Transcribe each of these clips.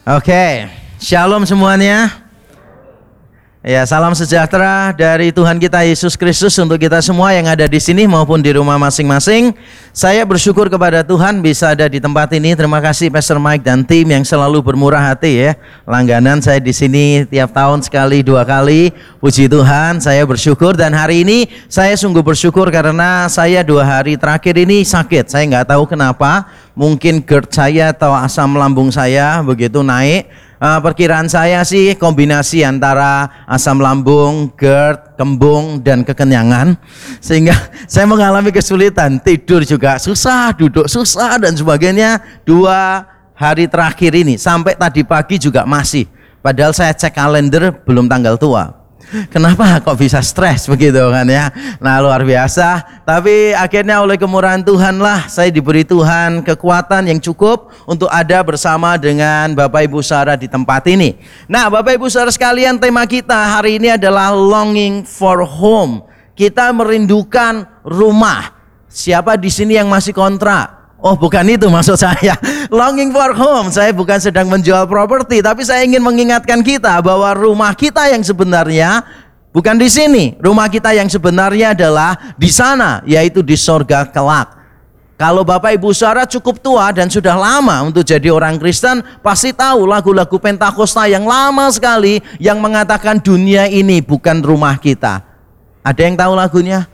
Oke, shalom semuanya. Ya, salam sejahtera dari Tuhan kita Yesus Kristus untuk kita semua yang ada di sini maupun di rumah masing-masing. Saya bersyukur kepada Tuhan bisa ada di tempat ini. Terima kasih Pastor Mike dan tim yang selalu bermurah hati ya. Langganan saya di sini tiap tahun sekali, 2 kali. Puji Tuhan, saya bersyukur dan hari ini saya sungguh bersyukur karena saya 2 hari terakhir ini sakit. Saya nggak tahu kenapa. Mungkin GERD saya atau asam lambung saya begitu naik. Perkiraan saya sih kombinasi antara asam lambung, GERD, kembung, dan kekenyangan. Sehingga saya mengalami kesulitan, tidur juga susah, duduk susah, dan sebagainya. 2 hari terakhir ini, sampai tadi pagi juga masih. Padahal saya cek kalender belum tanggal tua. Kenapa kok bisa stres begitu kan ya? Nah luar biasa. Tapi akhirnya oleh kemurahan Tuhan lah saya diberi Tuhan kekuatan yang cukup untuk ada bersama dengan Bapak Ibu Saudara di tempat ini. Nah Bapak Ibu Saudara sekalian, tema kita hari ini adalah longing for home. Kita merindukan rumah. Siapa di sini yang masih kontrak? Oh bukan itu maksud saya. Longing for home, saya bukan sedang menjual properti, tapi saya ingin mengingatkan kita bahwa rumah kita yang sebenarnya bukan di sini. Rumah kita yang sebenarnya adalah di sana, yaitu di sorga kelak. Kalau Bapak Ibu Saudara cukup tua dan sudah lama untuk jadi orang Kristen, pasti tahu lagu-lagu Pentakosta yang lama sekali yang mengatakan dunia ini bukan rumah kita. Ada yang tahu lagunya?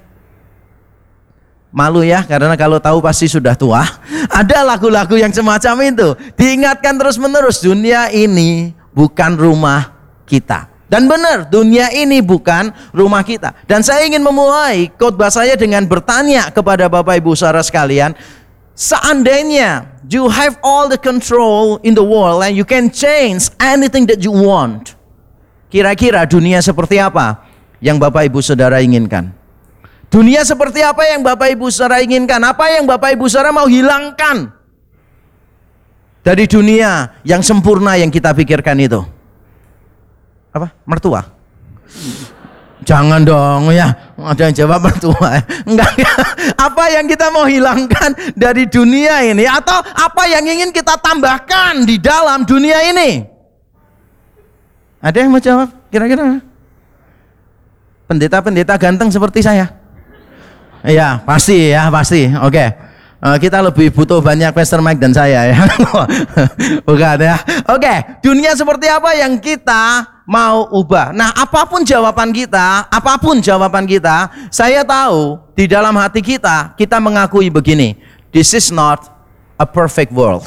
Malu ya, karena kalau tahu pasti sudah tua. Ada lagu-lagu yang semacam itu. Diingatkan terus menerus, dunia ini bukan rumah kita. Dan benar, dunia ini bukan rumah kita. Dan saya ingin memulai khotbah saya dengan bertanya kepada Bapak Ibu Saudara sekalian, seandainya you have all the control in the world and you can change anything that you want, kira-kira dunia seperti apa yang Bapak Ibu Saudara inginkan? Dunia seperti apa yang Bapak Ibu Saudara inginkan? Apa yang Bapak Ibu Saudara mau hilangkan dari dunia yang sempurna yang kita pikirkan itu? Apa? Mertua? Jangan dong ya, ada yang jawab mertua. Enggak. Apa yang kita mau hilangkan dari dunia ini? Atau apa yang ingin kita tambahkan di dalam dunia ini? Ada yang mau jawab? Kira-kira? Pendeta-pendeta ganteng seperti saya? Iya, pasti ya, pasti. Oke. Kita lebih butuh banyak Pastor Mike dan saya ya. Bukan ya. Oke, dunia seperti apa yang kita mau ubah? Nah, apapun jawaban kita, saya tahu di dalam hati kita mengakui begini. This is not a perfect world.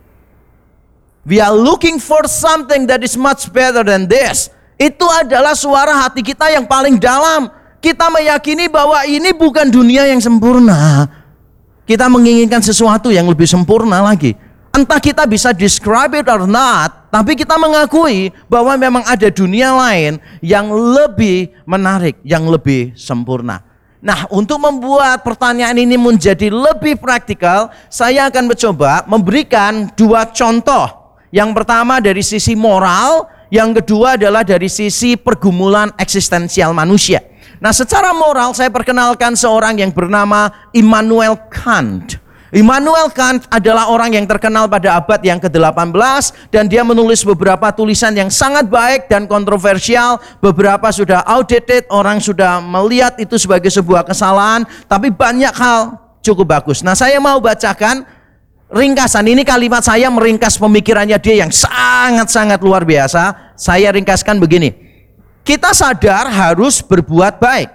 We are looking for something that is much better than this. Itu adalah suara hati kita yang paling dalam. Kita meyakini bahwa ini bukan dunia yang sempurna. Kita menginginkan sesuatu yang lebih sempurna lagi. Entah kita bisa describe it or not, tapi kita mengakui bahwa memang ada dunia lain yang lebih menarik, yang lebih sempurna. Nah, untuk membuat pertanyaan ini menjadi lebih praktikal, saya akan mencoba memberikan 2 contoh. Yang pertama dari sisi moral, yang kedua adalah dari sisi pergumulan eksistensial manusia. Nah, secara moral saya perkenalkan seorang yang bernama Immanuel Kant. Immanuel Kant adalah orang yang terkenal pada abad yang ke-18 dan dia menulis beberapa tulisan yang sangat baik dan kontroversial. Beberapa sudah outdated, orang sudah melihat itu sebagai sebuah kesalahan, tapi banyak hal cukup bagus. Nah, saya mau bacakan ringkasan. Ini kalimat saya meringkas pemikirannya dia yang sangat-sangat luar biasa. Saya ringkaskan begini. Kita sadar harus berbuat baik.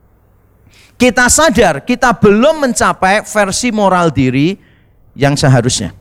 Kita sadar kita belum mencapai versi moral diri yang seharusnya.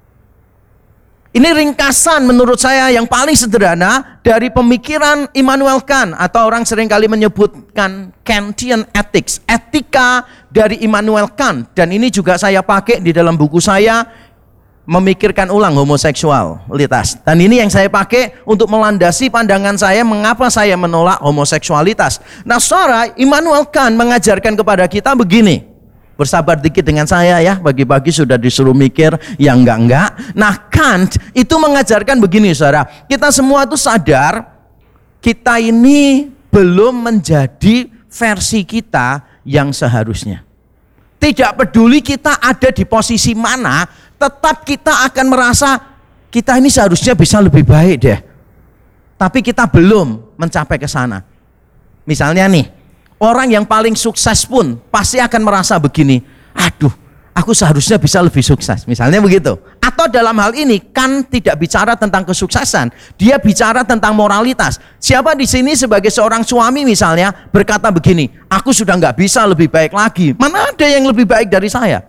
Ini ringkasan menurut saya yang paling sederhana dari pemikiran Immanuel Kant, atau orang seringkali menyebutkan Kantian ethics, etika dari Immanuel Kant. Dan ini juga saya pakai di dalam buku saya, Memikirkan Ulang Homoseksualitas. Dan ini yang saya pakai untuk melandasi pandangan saya mengapa saya menolak homoseksualitas. Nah, saudara, Immanuel Kant mengajarkan kepada kita begini. Bersabar dikit dengan saya ya, pagi-pagi sudah disuruh mikir yang enggak. Nah, Kant itu mengajarkan begini, saudara. Kita semua itu sadar kita ini belum menjadi versi kita yang seharusnya. Tidak peduli kita ada di posisi mana, tetap kita akan merasa kita ini seharusnya bisa lebih baik deh. Tapi kita belum mencapai ke sana. Misalnya nih, orang yang paling sukses pun pasti akan merasa begini, aduh, aku seharusnya bisa lebih sukses. Misalnya begitu. Atau dalam hal ini kan tidak bicara tentang kesuksesan, dia bicara tentang moralitas. Siapa di sini sebagai seorang suami misalnya berkata begini, aku sudah nggak bisa lebih baik lagi. Mana ada yang lebih baik dari saya?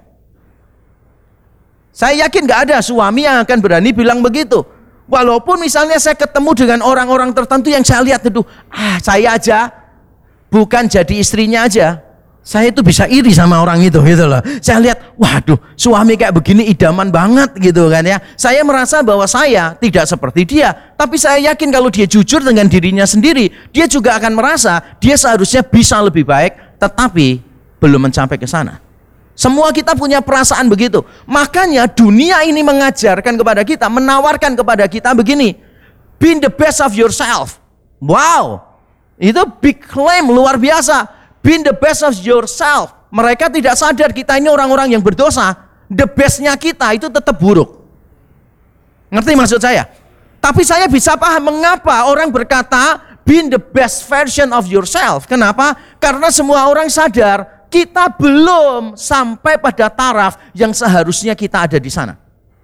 Saya yakin nggak ada suami yang akan berani bilang begitu. Walaupun misalnya saya ketemu dengan orang-orang tertentu yang saya lihat itu, saya aja bukan jadi istrinya aja, saya itu bisa iri sama orang itu gitu loh. Saya lihat, waduh, suami kayak begini idaman banget gitu kan ya. Saya merasa bahwa saya tidak seperti dia, tapi saya yakin kalau dia jujur dengan dirinya sendiri, dia juga akan merasa dia seharusnya bisa lebih baik, tetapi belum mencapai ke sana. Semua kita punya perasaan begitu. Makanya dunia ini mengajarkan kepada kita, menawarkan kepada kita begini, be the best of yourself. Wow, itu big claim luar biasa. Be the best of yourself. Mereka tidak sadar kita ini orang-orang yang berdosa. The bestnya kita itu tetap buruk. Ngerti maksud saya? Tapi saya bisa paham mengapa orang berkata be the best version of yourself. Kenapa? Karena semua orang sadar kita belum sampai pada taraf yang seharusnya kita ada di sana.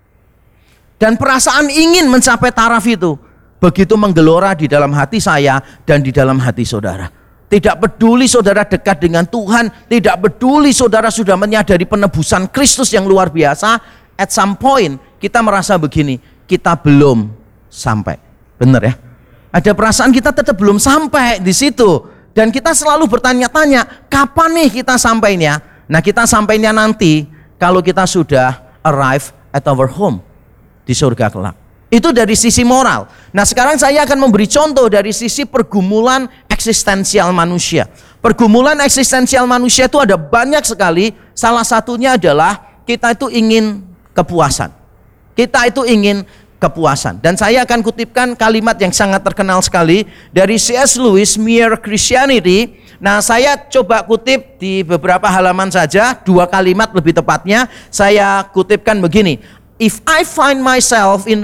Dan perasaan ingin mencapai taraf itu begitu menggelora di dalam hati saya dan di dalam hati saudara. Tidak peduli saudara dekat dengan Tuhan, tidak peduli saudara sudah menyadari penebusan Kristus yang luar biasa, at some point kita merasa begini, kita belum sampai. Benar ya? Ada perasaan kita tetap belum sampai di situ. Dan kita selalu bertanya-tanya, kapan nih kita sampainya? Nah, kita sampainya nanti kalau kita sudah arrive at our home di surga kelak. Itu dari sisi moral. Nah, sekarang saya akan memberi contoh dari sisi pergumulan eksistensial manusia. Pergumulan eksistensial manusia itu ada banyak sekali. Salah satunya adalah kita itu ingin kepuasan. Kita itu ingin kepuasan. Dan saya akan kutipkan kalimat yang sangat terkenal sekali dari C.S. Lewis, Mere Christianity. Nah, saya coba kutip di beberapa halaman saja, 2 kalimat lebih tepatnya. Saya kutipkan begini. If I find myself in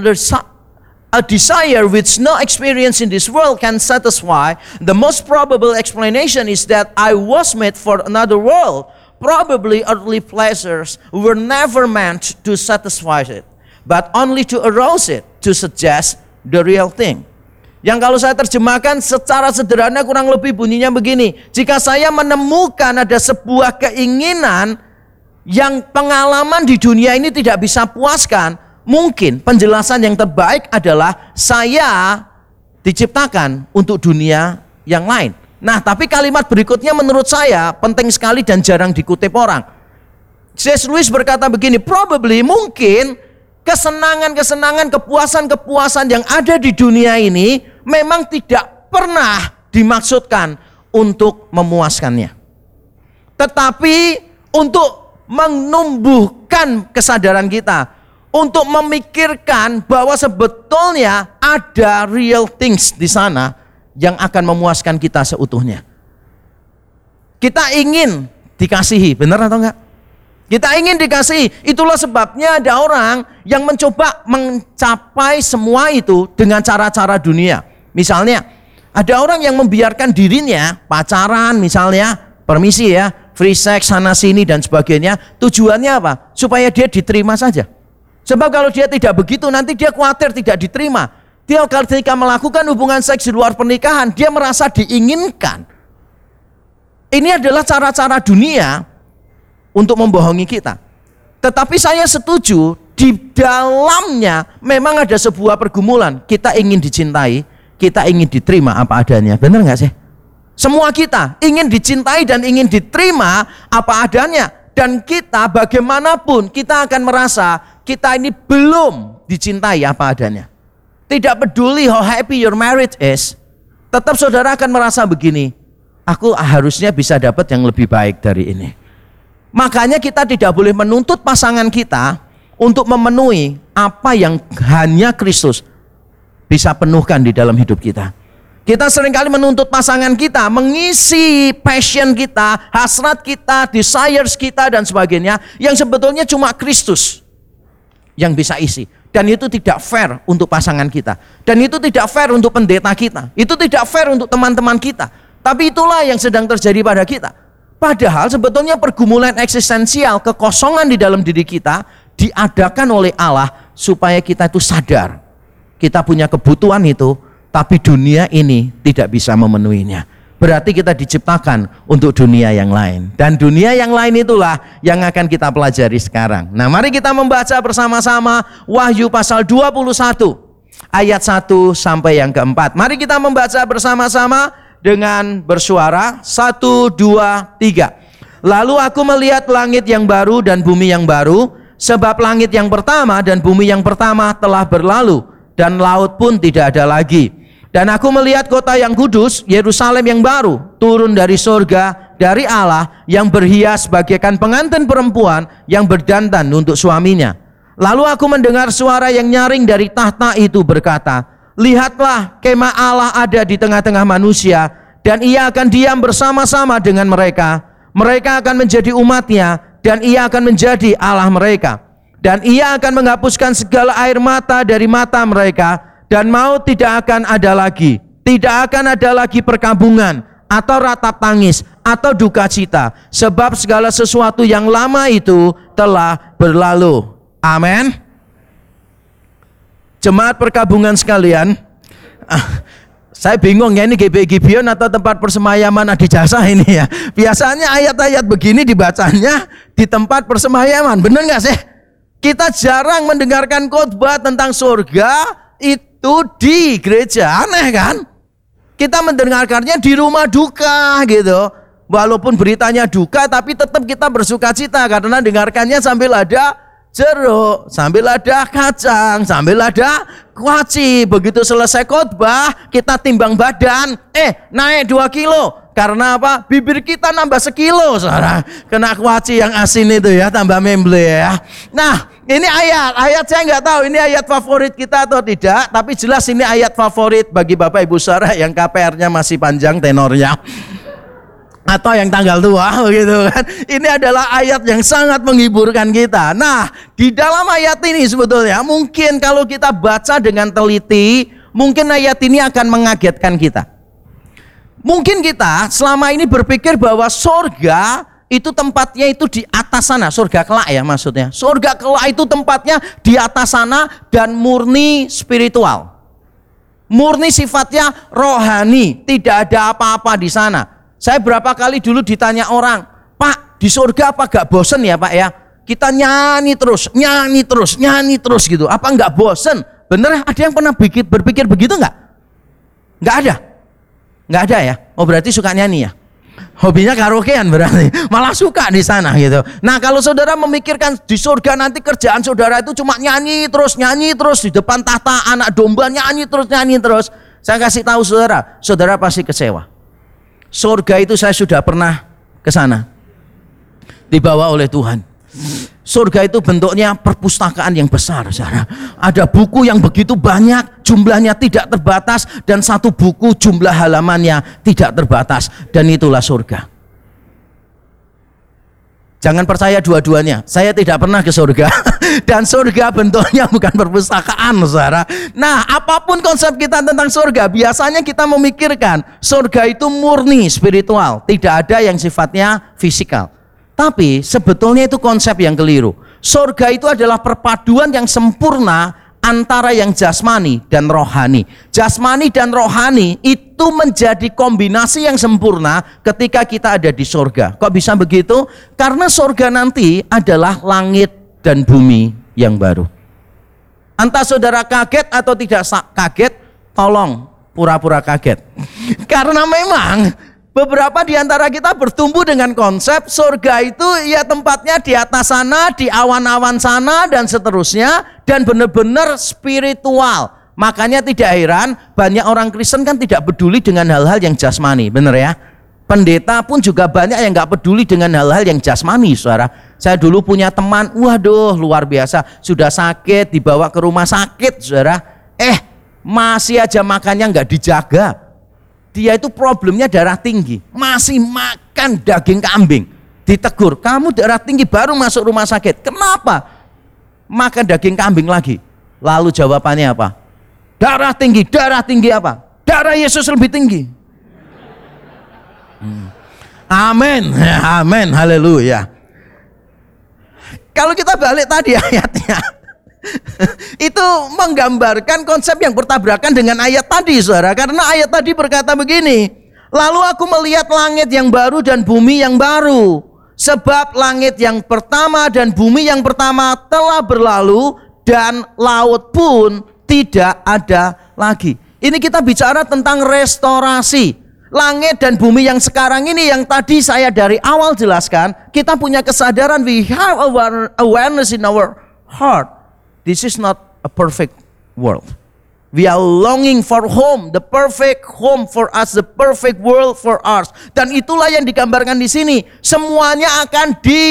a desire which no experience in this world can satisfy, the most probable explanation is that I was made for another world. Probably earthly pleasures were never meant to satisfy it, but only to arouse it, to suggest the real thing. Yang kalau saya terjemahkan secara sederhana kurang lebih bunyinya begini. Jika saya menemukan ada sebuah keinginan yang pengalaman di dunia ini tidak bisa puaskan, mungkin penjelasan yang terbaik adalah saya diciptakan untuk dunia yang lain. Nah, tapi kalimat berikutnya menurut saya penting sekali dan jarang dikutip orang. C.S. Lewis berkata begini, probably mungkin kesenangan-kesenangan, kepuasan-kepuasan yang ada di dunia ini memang tidak pernah dimaksudkan untuk memuaskannya. Tetapi untuk menumbuhkan kesadaran kita, untuk memikirkan bahwa sebetulnya ada real things di sana yang akan memuaskan kita seutuhnya. Kita ingin dikasihi, benar atau enggak? Kita ingin dikasihi. Itulah sebabnya ada orang yang mencoba mencapai semua itu dengan cara-cara dunia. Misalnya, ada orang yang membiarkan dirinya pacaran misalnya, permisi ya, free sex sana sini dan sebagainya. Tujuannya apa? Supaya dia diterima saja. Sebab kalau dia tidak begitu nanti dia khawatir tidak diterima. Dia ketika melakukan hubungan seks di luar pernikahan, dia merasa diinginkan. Ini adalah cara-cara dunia untuk membohongi kita. Tetapi saya setuju, di dalamnya memang ada sebuah pergumulan. Kita ingin dicintai, kita ingin diterima apa adanya. Benar nggak sih? Semua kita ingin dicintai dan ingin diterima apa adanya. Dan kita bagaimanapun kita akan merasa kita ini belum dicintai apa adanya. Tidak peduli how happy your marriage is, tetap saudara akan merasa begini, aku harusnya bisa dapat yang lebih baik dari ini. Makanya kita tidak boleh menuntut pasangan kita untuk memenuhi apa yang hanya Kristus bisa penuhkan di dalam hidup kita. Kita seringkali menuntut pasangan kita mengisi passion kita, hasrat kita, desires kita dan sebagainya yang sebetulnya cuma Kristus yang bisa isi. Dan itu tidak fair untuk pasangan kita. Dan itu tidak fair untuk pendeta kita. Itu tidak fair untuk teman-teman kita. Tapi itulah yang sedang terjadi pada kita. Padahal sebetulnya pergumulan eksistensial, kekosongan di dalam diri kita diadakan oleh Allah supaya kita itu sadar. Kita punya kebutuhan itu, tapi dunia ini tidak bisa memenuhinya. Berarti kita diciptakan untuk dunia yang lain. Dan dunia yang lain itulah yang akan kita pelajari sekarang. Nah, mari kita membaca bersama-sama Wahyu pasal 21 ayat 1 sampai yang keempat. Mari kita membaca bersama-sama dengan bersuara. 1, 2, 3. Lalu aku melihat langit yang baru dan bumi yang baru, sebab langit yang pertama dan bumi yang pertama telah berlalu, dan laut pun tidak ada lagi. Dan aku melihat kota yang kudus, Yerusalem yang baru, turun dari surga, dari Allah, yang berhias bagaikan pengantin perempuan yang berdandan untuk suaminya. Lalu aku mendengar suara yang nyaring dari tahta itu berkata, lihatlah, kemah Allah ada di tengah-tengah manusia, dan ia akan diam bersama-sama dengan mereka. Mereka akan menjadi umatnya, dan ia akan menjadi Allah mereka. Dan ia akan menghapuskan segala air mata dari mata mereka, dan maut tidak akan ada lagi. Tidak akan ada lagi perkabungan, atau ratap tangis, atau duka cita, sebab segala sesuatu yang lama itu telah berlalu. Amin. Jemaat perkabungan sekalian, saya bingung ya, ini GBI Gibeon atau tempat persemayaman Adi Jasa ini ya. Biasanya ayat-ayat begini dibacanya di tempat persemayaman, bener gak sih? Kita jarang mendengarkan khotbah tentang surga itu di gereja, aneh kan? Kita mendengarkannya di rumah duka gitu. Walaupun beritanya duka, tapi tetap kita bersuka cita karena dengarkannya sambil ada jeruk, sambil ada kacang, sambil ada kuaci. Begitu selesai khotbah, kita timbang badan, naik 2 kilo. Karena apa? Bibir kita nambah 1 kilo, saudara. Kena kuaci yang asin itu ya, tambah memble ya. Nah, ini ayat saya nggak tahu ini ayat favorit kita atau tidak, tapi jelas ini ayat favorit bagi Bapak Ibu saudara yang KPR-nya masih panjang tenornya. Atau yang tanggal tua gitu kan. Ini adalah ayat yang sangat menghiburkan kita. Nah, di dalam ayat ini sebetulnya mungkin kalau kita baca dengan teliti, mungkin ayat ini akan mengagetkan kita. Mungkin kita selama ini berpikir bahwa surga itu tempatnya itu di atas sana, surga kelak ya maksudnya. Surga kelak itu tempatnya di atas sana dan murni spiritual. Murni sifatnya rohani, tidak ada apa-apa di sana. Saya berapa kali dulu ditanya orang, Pak, di surga apa gak bosen ya Pak ya? Kita nyanyi terus gitu. Apa gak bosen? Bener ada yang pernah berpikir begitu gak? Gak ada? Gak ada ya? Oh berarti suka nyanyi ya? Hobinya karaokean berarti, malah suka di sana gitu. Nah kalau saudara memikirkan di surga nanti kerjaan saudara itu cuma nyanyi terus di depan tahta anak domba, nyanyi terus. Saya kasih tahu saudara pasti kecewa. Surga itu saya sudah pernah ke sana, dibawa oleh Tuhan. Surga itu bentuknya perpustakaan yang besar, saudara. Ada buku yang begitu banyak, jumlahnya tidak terbatas, dan satu buku jumlah halamannya tidak terbatas, dan itulah surga. Jangan percaya dua-duanya. Saya tidak pernah ke surga, dan surga bentuknya bukan perpustakaan, saudara. Nah, apapun konsep kita tentang surga, biasanya kita memikirkan surga itu murni spiritual, tidak ada yang sifatnya fisikal. Tapi sebetulnya itu konsep yang keliru. Surga itu adalah perpaduan yang sempurna antara yang jasmani dan rohani. Jasmani dan rohani itu menjadi kombinasi yang sempurna ketika kita ada di surga. Kok bisa begitu? Karena surga nanti adalah langit dan bumi yang baru. Entah saudara kaget atau tidak kaget, tolong pura-pura kaget. Karena memang beberapa di antara kita bertumbuh dengan konsep surga itu ya tempatnya di atas sana, di awan-awan sana dan seterusnya, dan benar-benar spiritual. Makanya tidak heran banyak orang Kristen kan tidak peduli dengan hal-hal yang jasmani, benar ya? Pendeta pun juga banyak yang nggak peduli dengan hal-hal yang jasmani, saudara. Saya dulu punya teman, waduh luar biasa, sudah sakit dibawa ke rumah sakit, saudara. Masih aja makannya nggak dijaga. Dia itu problemnya darah tinggi, masih makan daging kambing. Ditegur, kamu darah tinggi baru masuk rumah sakit. Kenapa? Makan daging kambing lagi. Lalu jawabannya apa? Darah tinggi apa? Darah Yesus lebih tinggi. Amin, amin, haleluya. Kalau kita balik tadi ayatnya, itu menggambarkan konsep yang bertabrakan dengan ayat tadi, saudara. Karena ayat tadi berkata begini, lalu aku melihat langit yang baru dan bumi yang baru. Sebab langit yang pertama dan bumi yang pertama telah berlalu, dan laut pun tidak ada lagi. Ini kita bicara tentang restorasi. Langit dan bumi yang sekarang ini, yang tadi saya dari awal jelaskan, kita punya kesadaran, we have awareness in our heart. This is not a perfect world. We are longing for home, the perfect home for us, the perfect world for us. Dan itulah yang digambarkan di sini. Semuanya akan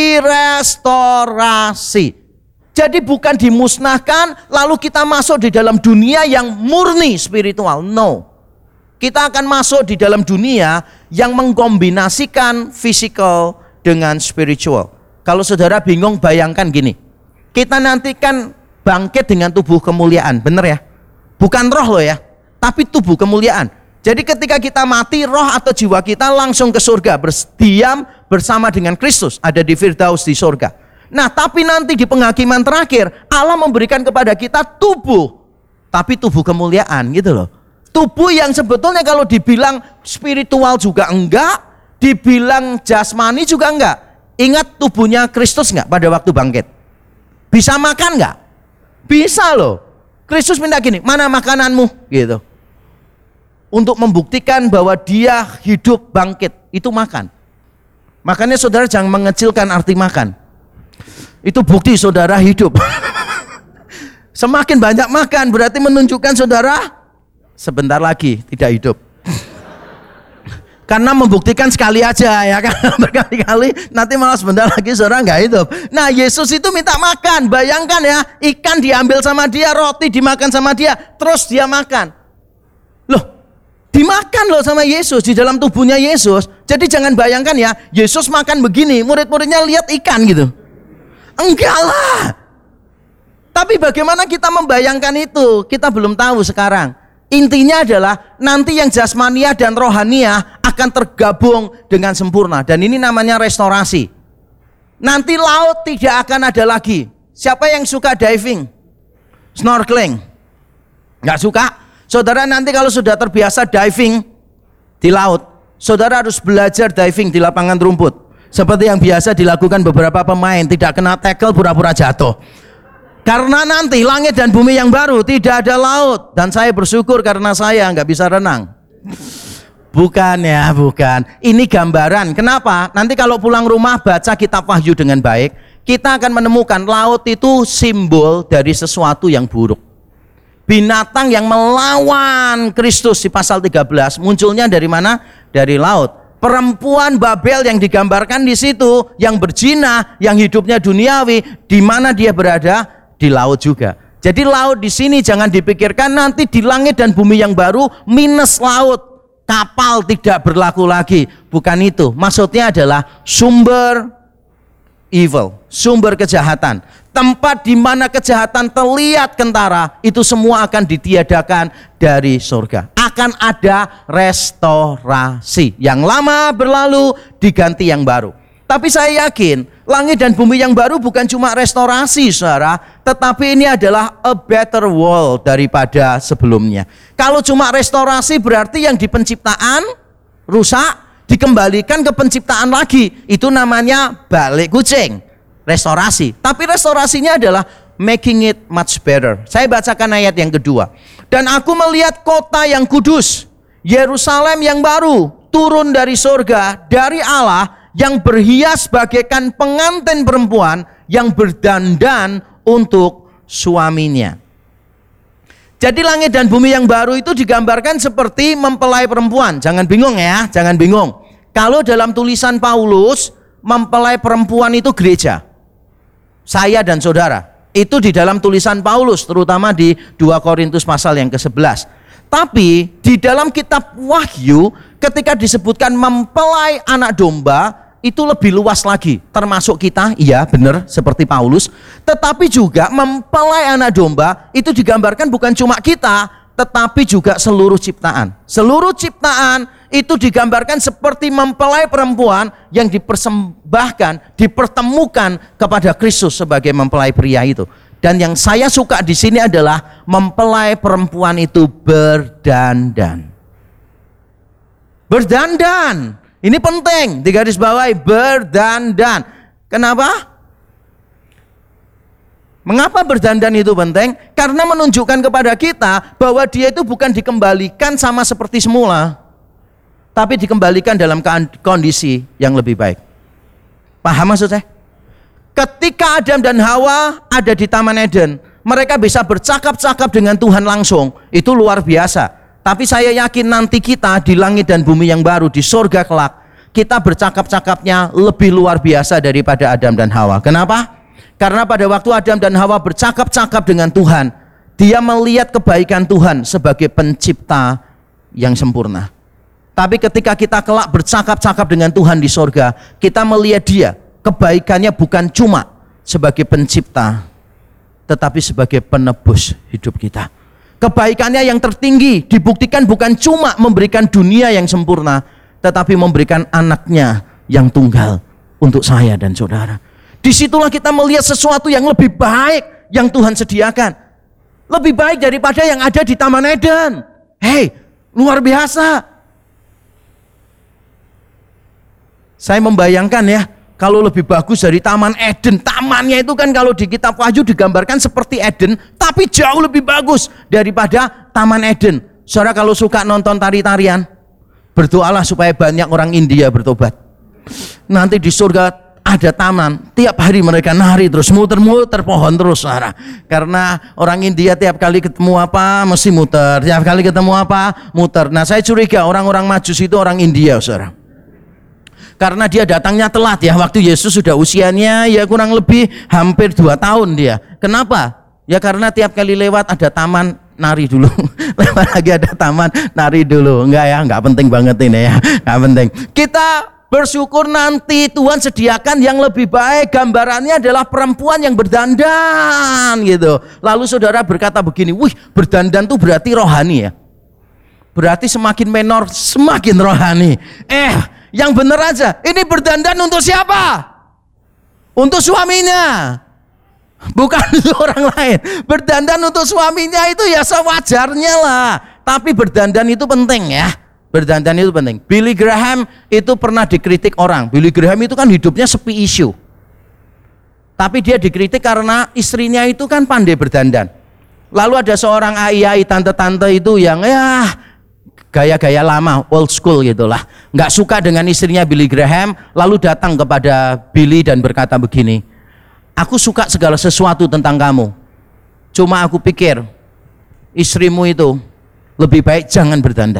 direstorasi. Jadi bukan dimusnahkan lalu kita masuk di dalam dunia yang murni spiritual. No. Kita akan masuk di dalam dunia yang mengkombinasikan physical dengan spiritual. Kalau saudara bingung, bayangkan gini. Kita nanti kan bangkit dengan tubuh kemuliaan, benar ya? Bukan roh loh ya, tapi tubuh kemuliaan. Jadi ketika kita mati, roh atau jiwa kita langsung ke surga, berdiam bersama dengan Kristus, ada di Firdaus di surga. Nah, tapi nanti di penghakiman terakhir, Allah memberikan kepada kita tubuh, tapi tubuh kemuliaan gitu loh. Tubuh yang sebetulnya kalau dibilang spiritual juga enggak, dibilang jasmani juga enggak. Ingat tubuhnya Kristus enggak pada waktu bangkit? Bisa makan enggak? Bisa loh. Kristus minta gini, mana makananmu? Gitu. Untuk membuktikan bahwa dia hidup bangkit, itu makan. Makanya saudara jangan mengecilkan arti makan. Itu bukti saudara hidup. Semakin banyak makan berarti menunjukkan saudara sebentar lagi tidak hidup. Karena membuktikan sekali aja ya kan, berkali-kali nanti malah sebentar lagi saudara nggak hidup. Nah, Yesus itu minta makan. Bayangkan ya, ikan diambil sama dia, roti dimakan sama dia, terus dia makan. Loh, dimakan loh sama Yesus di dalam tubuhnya Yesus. Jadi jangan bayangkan ya, Yesus makan begini, murid-muridnya lihat ikan gitu. Enggak lah. Tapi bagaimana kita membayangkan itu? Kita belum tahu sekarang. Intinya adalah nanti yang jasmania dan rohania akan tergabung dengan sempurna. Dan ini namanya restorasi. Nanti laut tidak akan ada lagi. Siapa yang suka diving? Snorkeling? Nggak suka? Saudara nanti kalau sudah terbiasa diving di laut, saudara harus belajar diving di lapangan rumput. Seperti yang biasa dilakukan beberapa pemain, tidak kena tackle pura-pura jatuh. Karena nanti langit dan bumi yang baru, tidak ada laut. Dan saya bersyukur karena saya nggak bisa renang. Bukan ya, bukan. Ini gambaran. Kenapa? Nanti kalau pulang rumah baca kitab Wahyu dengan baik, kita akan menemukan laut itu simbol dari sesuatu yang buruk. Binatang yang melawan Kristus di pasal 13 munculnya dari mana? Dari laut. Perempuan Babel yang digambarkan di situ, yang berzina, yang hidupnya duniawi, di mana dia berada? Di laut juga. Jadi laut di sini jangan dipikirkan nanti di langit dan bumi yang baru minus laut, kapal tidak berlaku lagi. Bukan itu. Maksudnya adalah sumber evil, sumber kejahatan. Tempat di mana kejahatan terlihat kentara, itu semua akan ditiadakan dari surga. Akan ada restorasi. Yang lama berlalu diganti yang baru. Tapi saya yakin langit dan bumi yang baru bukan cuma restorasi saudara, tetapi ini adalah a better world daripada sebelumnya. Kalau cuma restorasi berarti yang di penciptaan rusak, dikembalikan ke penciptaan lagi. Itu namanya balik kucing, restorasi. Tapi restorasinya adalah making it much better. Saya bacakan ayat yang kedua. Dan aku melihat kota yang kudus, Yerusalem yang baru, turun dari surga, dari Allah, yang berhias bagaikan pengantin perempuan yang berdandan untuk suaminya. Jadi langit dan bumi yang baru itu digambarkan seperti mempelai perempuan. Jangan bingung ya, jangan bingung. Kalau dalam tulisan Paulus, mempelai perempuan itu gereja. Saya dan saudara. Itu di dalam tulisan Paulus, terutama di 2 Korintus pasal yang ke-11. Tapi di dalam kitab Wahyu, ketika disebutkan mempelai anak domba, itu lebih luas lagi, termasuk kita, iya benar, seperti Paulus. Tetapi juga mempelai anak domba itu digambarkan bukan cuma kita, tetapi juga seluruh ciptaan. Seluruh ciptaan itu digambarkan seperti mempelai perempuan yang dipersembahkan, dipertemukan kepada Kristus sebagai mempelai pria itu. Dan yang saya suka di sini adalah mempelai perempuan itu berdandan. Berdandan. Ini penting, digarisbawahi, berdandan. Kenapa? Mengapa berdandan itu penting? Karena menunjukkan kepada kita bahwa dia itu bukan dikembalikan sama seperti semula, tapi dikembalikan dalam kondisi yang lebih baik. Paham maksud saya? Ketika Adam dan Hawa ada di Taman Eden, mereka bisa bercakap-cakap dengan Tuhan langsung. Itu luar biasa. Tapi saya yakin nanti kita di langit dan bumi yang baru, di surga kelak, kita bercakap-cakapnya lebih luar biasa daripada Adam dan Hawa. Kenapa? Karena pada waktu Adam dan Hawa bercakap-cakap dengan Tuhan, dia melihat kebaikan Tuhan sebagai pencipta yang sempurna. Tapi ketika kita kelak bercakap-cakap dengan Tuhan di surga, kita melihat dia, kebaikannya bukan cuma sebagai pencipta, tetapi sebagai penebus hidup kita. Kebaikannya yang tertinggi dibuktikan bukan cuma memberikan dunia yang sempurna, tetapi memberikan anaknya yang tunggal untuk saya dan saudara. Disitulah kita melihat sesuatu yang lebih baik yang Tuhan sediakan. Lebih baik daripada yang ada di Taman Eden. Hei, luar biasa. Saya membayangkan ya, kalau lebih bagus dari Taman Eden. Tamannya itu kan kalau di kitab Wahyu digambarkan seperti Eden, tapi jauh lebih bagus daripada Taman Eden. Saudara kalau suka nonton tari-tarian, berdoalah supaya banyak orang India bertobat. Nanti di surga ada taman, tiap hari mereka nari terus, muter-muter pohon terus, saudara. Karena orang India tiap kali ketemu apa mesti muter, tiap kali ketemu apa muter. Nah saya curiga orang-orang Majus itu orang India, saudara. Karena dia datangnya telat ya, waktu Yesus sudah usianya ya kurang lebih hampir 2 tahun dia. Kenapa? Ya karena tiap kali lewat ada taman, nari dulu. Lewat lagi ada taman, nari dulu. Enggak ya, enggak penting banget ini ya, enggak penting. Kita bersyukur nanti Tuhan sediakan yang lebih baik. Gambarannya adalah perempuan yang berdandan gitu. Lalu saudara berkata begini, wih berdandan tuh berarti rohani ya. Berarti semakin menor semakin rohani. Yang benar aja, ini berdandan untuk siapa? Untuk suaminya, bukan untuk orang lain. Berdandan untuk suaminya itu ya sewajarnya lah. Tapi berdandan itu penting ya. Berdandan itu penting. Billy Graham itu pernah dikritik orang. Billy Graham itu kan hidupnya sepi isu. Tapi dia dikritik karena istrinya itu kan pandai berdandan. Lalu ada seorang ai-ai, tante-tante itu yang gaya-gaya lama, old school gitulah, nggak suka dengan istrinya Billy Graham, lalu datang kepada Billy dan berkata begini, aku suka segala sesuatu tentang kamu, cuma aku pikir istrimu itu lebih baik jangan berdandan.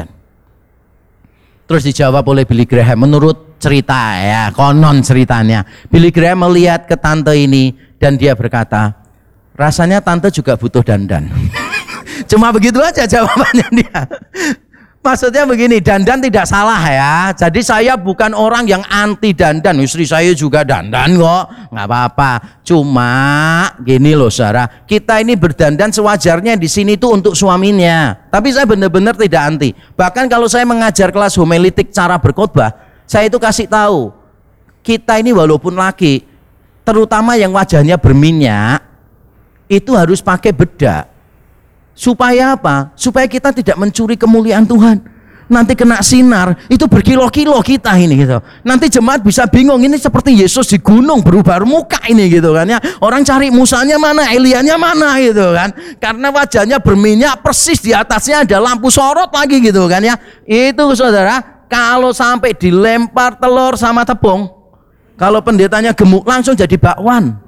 Terus dijawab oleh Billy Graham, menurut cerita ya, konon ceritanya, Billy Graham melihat ke tante ini dan dia berkata, rasanya tante juga butuh dandan. Cuma begitu aja jawabannya dia. Maksudnya begini, dandan tidak salah ya. Jadi saya bukan orang yang anti dandan. Istri saya juga dandan kok, nggak apa-apa. Cuma gini loh saudara, kita ini berdandan sewajarnya di sini tuh untuk suaminya. Tapi saya benar-benar tidak anti. Bahkan kalau saya mengajar kelas homiletik cara berkhotbah, saya itu kasih tahu, kita ini walaupun laki, terutama yang wajahnya berminyak, itu harus pakai bedak. Supaya apa? Supaya kita tidak mencuri kemuliaan Tuhan. Nanti kena sinar, itu berkilo-kilo kita ini gitu. Nanti jemaat bisa bingung, ini seperti Yesus di gunung berubah muka ini gitu kan ya. Orang cari Musanya mana, Elianya mana gitu kan. Karena wajahnya berminyak, persis di atasnya ada lampu sorot lagi gitu kan ya. Itu saudara, kalau sampai dilempar telur sama tepung, kalau pendetanya gemuk langsung jadi bakwan.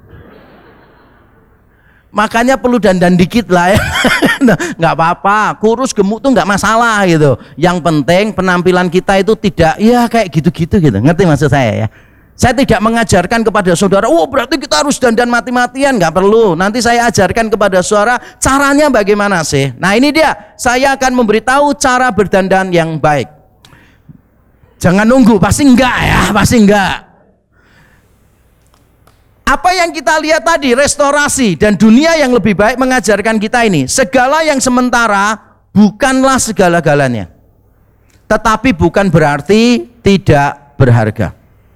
Makanya perlu dandan dikit lah ya. Nggak apa-apa, kurus gemuk tuh nggak masalah gitu. Yang penting penampilan kita itu tidak ya kayak gitu-gitu gitu. Ngerti maksud saya ya? Saya tidak mengajarkan kepada saudara, oh berarti kita harus dandan mati-matian. Nggak perlu. Nanti saya ajarkan kepada saudara caranya bagaimana sih. Nah ini dia, saya akan memberitahu cara berdandan yang baik. Jangan nunggu, pasti enggak ya, pasti enggak. Apa yang kita lihat tadi, restorasi dan dunia yang lebih baik mengajarkan kita ini, segala yang sementara bukanlah segala-galanya. Tetapi bukan berarti tidak berharga.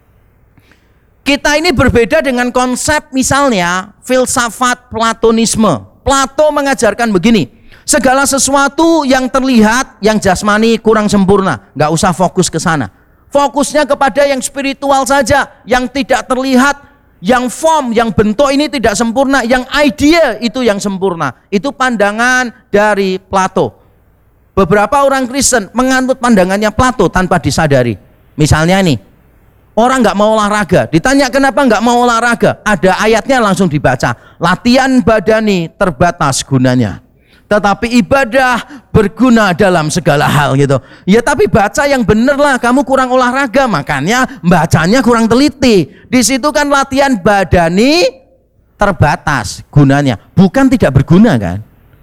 Kita ini berbeda dengan konsep misalnya filsafat Platonisme. Plato mengajarkan begini, segala sesuatu yang terlihat, yang jasmani kurang sempurna, nggak usah fokus ke sana. Fokusnya kepada yang spiritual saja, yang tidak terlihat, yang form, yang bentuk ini tidak sempurna, yang idea itu yang sempurna. Itu pandangan dari Plato. Beberapa orang Kristen menganut pandangannya Plato tanpa disadari. Misalnya nih, orang nggak mau olahraga, ditanya kenapa nggak mau olahraga, ada ayatnya langsung dibaca, latihan badani terbatas gunanya, tetapi ibadah berguna dalam segala hal gitu. Ya tapi baca yang bener lah, kamu kurang olahraga, makanya bacanya kurang teliti. Di situ kan latihan badani terbatas gunanya, bukan tidak berguna kan?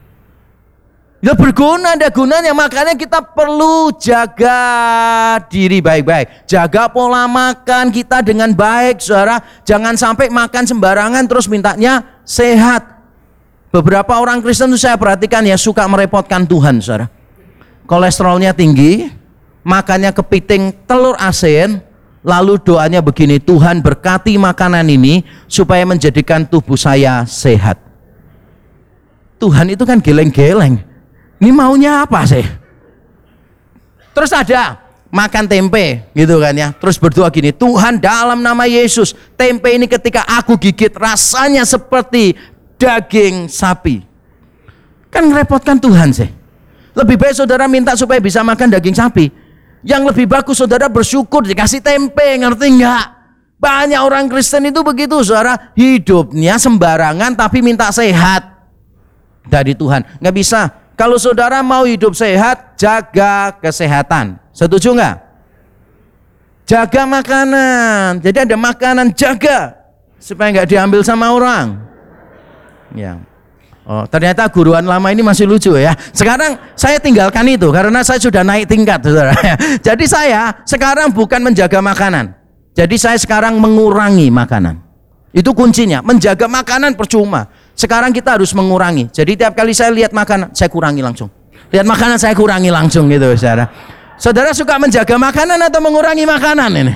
Ya berguna, ada gunanya. Makanya kita perlu jaga diri baik-baik, jaga pola makan kita dengan baik, saudara. Jangan sampai makan sembarangan terus mintanya sehat. Beberapa orang Kristen itu saya perhatikan ya, suka merepotkan Tuhan, saudara. Kolesterolnya tinggi, makannya kepiting telur asin, lalu doanya begini, Tuhan berkati makanan ini supaya menjadikan tubuh saya sehat. Tuhan itu kan geleng-geleng. Ini maunya apa sih? Terus ada makan tempe gitu kan ya. Terus berdoa gini, Tuhan dalam nama Yesus, tempe ini ketika aku gigit rasanya seperti daging sapi. Kan ngerepotkan Tuhan sih. Lebih baik saudara minta supaya bisa makan daging sapi. Yang lebih bagus saudara bersyukur dikasih tempe, ngerti enggak? Banyak orang Kristen itu begitu, saudara. Hidupnya sembarangan tapi minta sehat dari Tuhan. Nggak bisa. Kalau saudara mau hidup sehat, jaga kesehatan. Setuju nggak? Jaga makanan. Jadi ada makanan, jaga supaya nggak diambil sama orang. Ya. Oh, ternyata guruan lama ini masih lucu ya. Sekarang saya tinggalkan itu karena saya sudah naik tingkat, saudara. Jadi saya sekarang bukan menjaga makanan. Jadi saya sekarang mengurangi makanan. Itu kuncinya. Menjaga makanan percuma. Sekarang kita harus mengurangi. Jadi tiap kali saya lihat makanan, saya kurangi langsung. Lihat makanan, saya kurangi langsung gitu, saudara. Saudara suka menjaga makanan atau mengurangi makanan ini?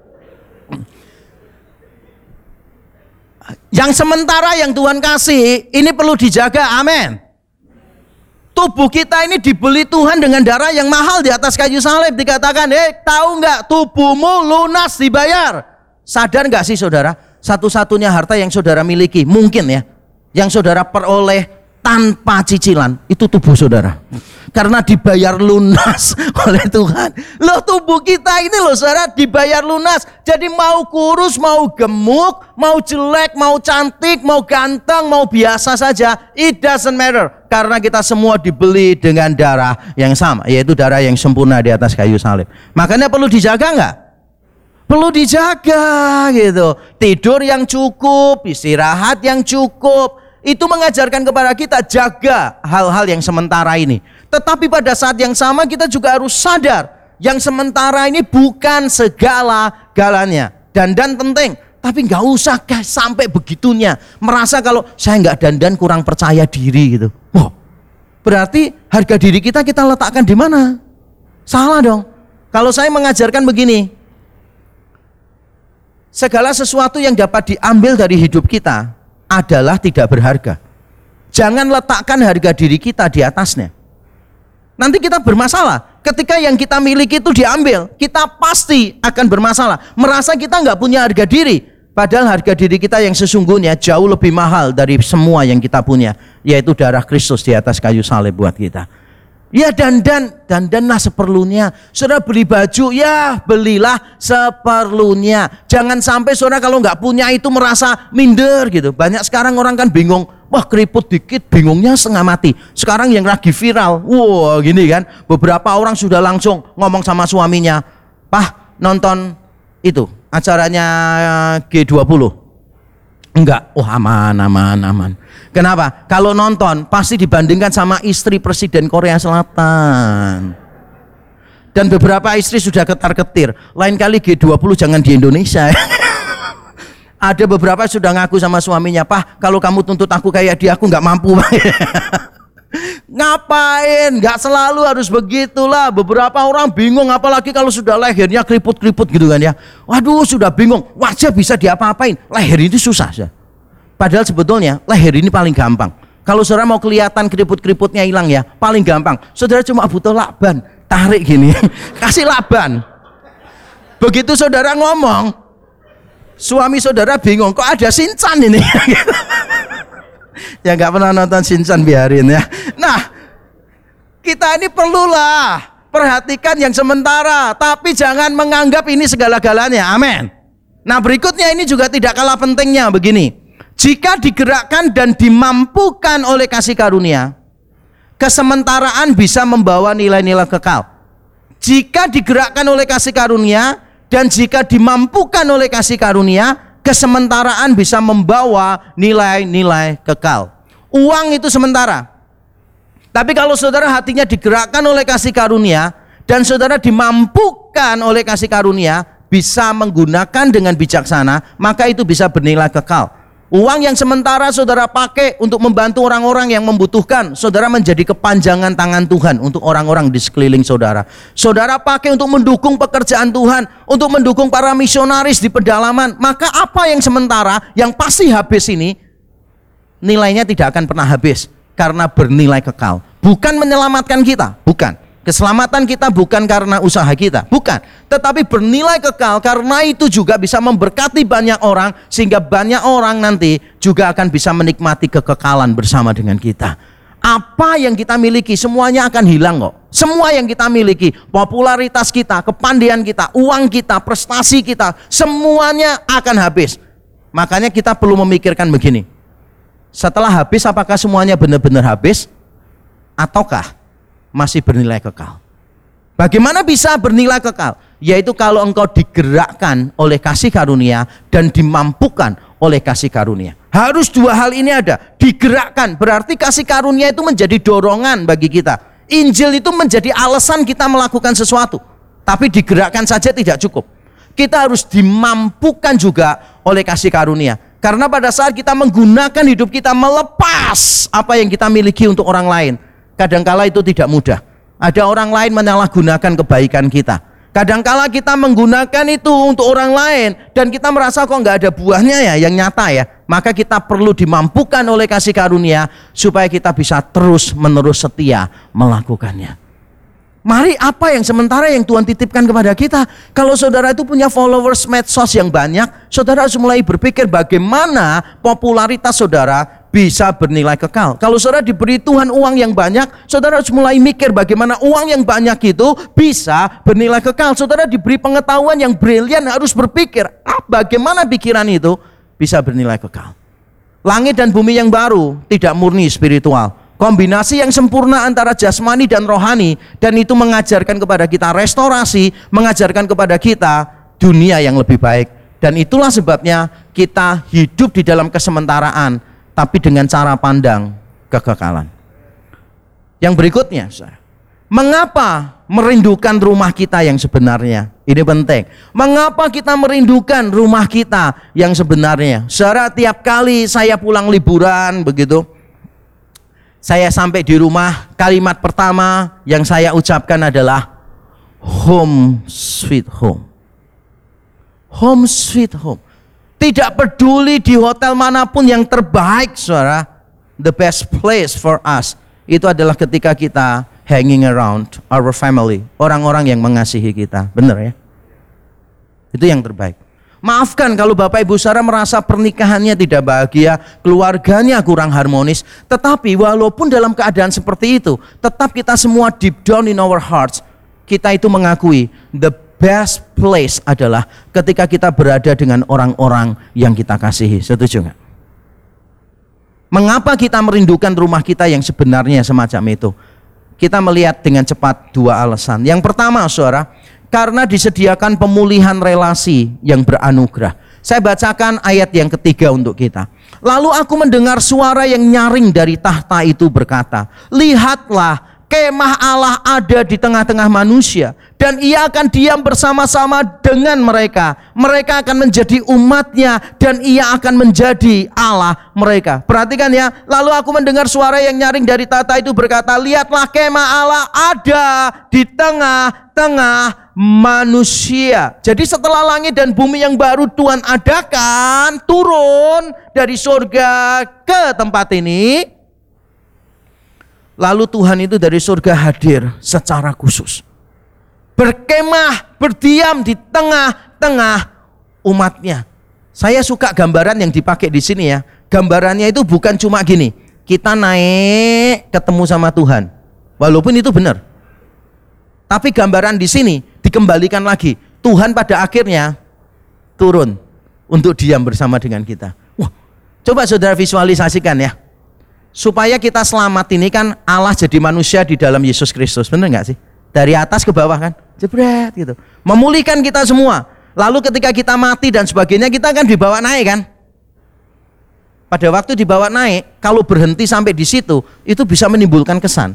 Yang sementara yang Tuhan kasih, ini perlu dijaga, amin. Tubuh kita ini dibeli Tuhan dengan darah yang mahal di atas kayu salib. Dikatakan, tahu nggak, tubuhmu lunas dibayar. Sadar nggak sih saudara? Satu-satunya harta yang saudara miliki, mungkin ya, yang saudara peroleh tanpa cicilan, itu tubuh saudara. Karena dibayar lunas oleh Tuhan. Loh, tubuh kita ini loh saudara dibayar lunas. Jadi mau kurus, mau gemuk, mau jelek, mau cantik, mau ganteng, mau biasa saja, it doesn't matter. Karena kita semua dibeli dengan darah yang sama, yaitu darah yang sempurna di atas kayu salib. Makanya perlu dijaga nggak? Perlu dijaga gitu. Tidur yang cukup, istirahat yang cukup. Itu mengajarkan kepada kita jaga hal-hal yang sementara ini. Tetapi pada saat yang sama kita juga harus sadar yang sementara ini bukan segala-galanya. Dandan penting, tapi nggak usah sampai begitunya. Merasa kalau saya nggak dandan kurang percaya diri gitu. Wow, berarti harga diri kita letakkan di mana? Salah dong. Kalau saya mengajarkan begini, segala sesuatu yang dapat diambil dari hidup kita adalah tidak berharga. Jangan letakkan harga diri kita di atasnya. Nanti kita bermasalah. Ketika yang kita miliki itu diambil, kita pasti akan bermasalah. Merasa kita nggak punya harga diri. Padahal harga diri kita yang sesungguhnya jauh lebih mahal dari semua yang kita punya, yaitu darah Kristus di atas kayu salib buat kita. Ya dandanlah seperlunya. Saudara beli baju, ya belilah seperlunya. Jangan sampai saudara kalau nggak punya itu merasa minder gitu. Banyak sekarang orang kan bingung, wah keriput dikit bingungnya setengah mati. Sekarang yang lagi viral, wah gini kan. Beberapa orang sudah langsung ngomong sama suaminya, "Pah, nonton itu acaranya G20. Enggak, aman. Kenapa? Kalau nonton pasti dibandingkan sama istri presiden Korea Selatan. Dan beberapa istri sudah ketar-ketir. Lain kali G20 jangan di Indonesia. Ada beberapa sudah ngaku sama suaminya, "Pak, kalau kamu tuntut aku kayak dia, aku nggak mampu." Ngapain? Nggak selalu harus begitulah. Beberapa orang bingung, apalagi kalau sudah lehernya keriput-keriput gitu kan ya. Waduh, sudah bingung. Wajah bisa diapa-apain, leher itu susah. Padahal sebetulnya leher ini paling gampang. Kalau saudara mau kelihatan keriput-keriputnya hilang ya, paling gampang. Saudara cuma butuh lakban, tarik gini, kasih lakban. Begitu saudara ngomong, suami saudara bingung, kok ada Shinchan ini? Ya nggak pernah nonton Shinchan, biarin ya. Nah, kita ini perlulah perhatikan yang sementara, tapi jangan menganggap ini segala-galanya. Amin. Nah, berikutnya ini juga tidak kalah pentingnya begini. Jika digerakkan dan dimampukan oleh kasih karunia, kesementaraan bisa membawa nilai-nilai kekal. Jika digerakkan oleh kasih karunia dan jika dimampukan oleh kasih karunia, kesementaraan bisa membawa nilai-nilai kekal. Uang itu sementara. Tapi kalau saudara hatinya digerakkan oleh kasih karunia dan saudara dimampukan oleh kasih karunia, bisa menggunakan dengan bijaksana, maka itu bisa bernilai kekal. Uang yang sementara saudara pakai untuk membantu orang-orang yang membutuhkan, saudara menjadi kepanjangan tangan Tuhan untuk orang-orang di sekeliling saudara. Saudara pakai untuk mendukung pekerjaan Tuhan, untuk mendukung para misionaris di pedalaman. Maka apa yang sementara, yang pasti habis ini, nilainya tidak akan pernah habis, karena bernilai kekal. Bukan menyelamatkan kita, bukan. Keselamatan kita bukan karena usaha kita, bukan, tetapi bernilai kekal karena itu juga bisa memberkati banyak orang, sehingga banyak orang nanti juga akan bisa menikmati kekekalan bersama dengan kita. Apa yang kita miliki semuanya akan hilang kok. Semua yang kita miliki, popularitas kita, kepandaian kita, uang kita, prestasi kita, semuanya akan habis. Makanya kita perlu memikirkan begini. Setelah habis, apakah semuanya benar-benar habis ataukah masih bernilai kekal? Bagaimana bisa bernilai kekal? Yaitu kalau engkau digerakkan oleh kasih karunia dan dimampukan oleh kasih karunia. Harus dua hal ini ada. Digerakkan berarti kasih karunia itu menjadi dorongan bagi kita. Injil itu menjadi alasan kita melakukan sesuatu. Tapi digerakkan saja tidak cukup. Kita harus dimampukan juga oleh kasih karunia. Karena pada saat kita menggunakan hidup kita melepas apa yang kita miliki untuk orang lain, kadangkala itu tidak mudah. Ada orang lain menyalahgunakan kebaikan kita. Kadangkala kita menggunakan itu untuk orang lain dan kita merasa kok nggak ada buahnya ya yang nyata ya. Maka kita perlu dimampukan oleh kasih karunia supaya kita bisa terus menerus setia melakukannya. Mari, apa yang sementara yang Tuhan titipkan kepada kita? Kalau saudara itu punya followers medsos yang banyak, saudara harus mulai berpikir bagaimana popularitas saudara bisa bernilai kekal. Kalau saudara diberi Tuhan uang yang banyak, saudara harus mulai mikir bagaimana uang yang banyak itu bisa bernilai kekal. Saudara diberi pengetahuan yang brilian, harus berpikir bagaimana pikiran itu bisa bernilai kekal. Langit dan bumi yang baru tidak murni spiritual. Kombinasi yang sempurna antara jasmani dan rohani, dan itu mengajarkan kepada kita restorasi, mengajarkan kepada kita dunia yang lebih baik. Dan itulah sebabnya kita hidup di dalam kesementaraan, tapi dengan cara pandang kekekalan. Yang berikutnya, mengapa merindukan rumah kita yang sebenarnya? Ini penting. Mengapa kita merindukan rumah kita yang sebenarnya? Saudara, tiap kali saya pulang liburan begitu, saya sampai di rumah, kalimat pertama yang saya ucapkan adalah home sweet home. Home sweet home. Tidak peduli di hotel manapun yang terbaik, saudara, the best place for us itu adalah ketika kita hanging around our family, orang-orang yang mengasihi kita. Benar ya? Itu yang terbaik. Maafkan kalau Bapak Ibu saudara merasa pernikahannya tidak bahagia, keluarganya kurang harmonis. Tetapi walaupun dalam keadaan seperti itu, tetap kita semua deep down in our hearts, kita itu mengakui the best place adalah ketika kita berada dengan orang-orang yang kita kasihi. Setuju nggak? Mengapa kita merindukan rumah kita yang sebenarnya semacam itu? Kita melihat dengan cepat dua alasan. Yang pertama, saudara, karena disediakan pemulihan relasi yang beranugerah. Saya bacakan ayat yang ketiga untuk kita. Lalu aku mendengar suara yang nyaring dari tahta itu berkata, lihatlah, kemah Allah ada di tengah-tengah manusia, dan ia akan diam bersama-sama dengan mereka. Mereka akan menjadi umatnya, dan ia akan menjadi Allah mereka. Perhatikan ya, lalu aku mendengar suara yang nyaring dari tahta itu berkata, lihatlah kemah Allah ada di tengah-tengah manusia. Jadi setelah langit dan bumi yang baru Tuhan adakan turun dari surga ke tempat ini, lalu Tuhan itu dari surga hadir secara khusus, berkemah, berdiam di tengah-tengah umatnya. Saya suka gambaran yang dipakai di sini ya. Gambarannya itu bukan cuma gini, kita naik ketemu sama Tuhan, walaupun itu benar. Tapi gambaran di sini dikembalikan lagi, Tuhan pada akhirnya turun untuk diam bersama dengan kita. Wah, coba saudara visualisasikan ya. Supaya kita selamat ini kan Allah jadi manusia di dalam Yesus Kristus, benar nggak sih? Dari atas ke bawah kan, jebret gitu, memulihkan kita semua. Lalu ketika kita mati dan sebagainya, kita akan dibawa naik kan? Pada waktu dibawa naik, kalau berhenti sampai di situ, itu bisa menimbulkan kesan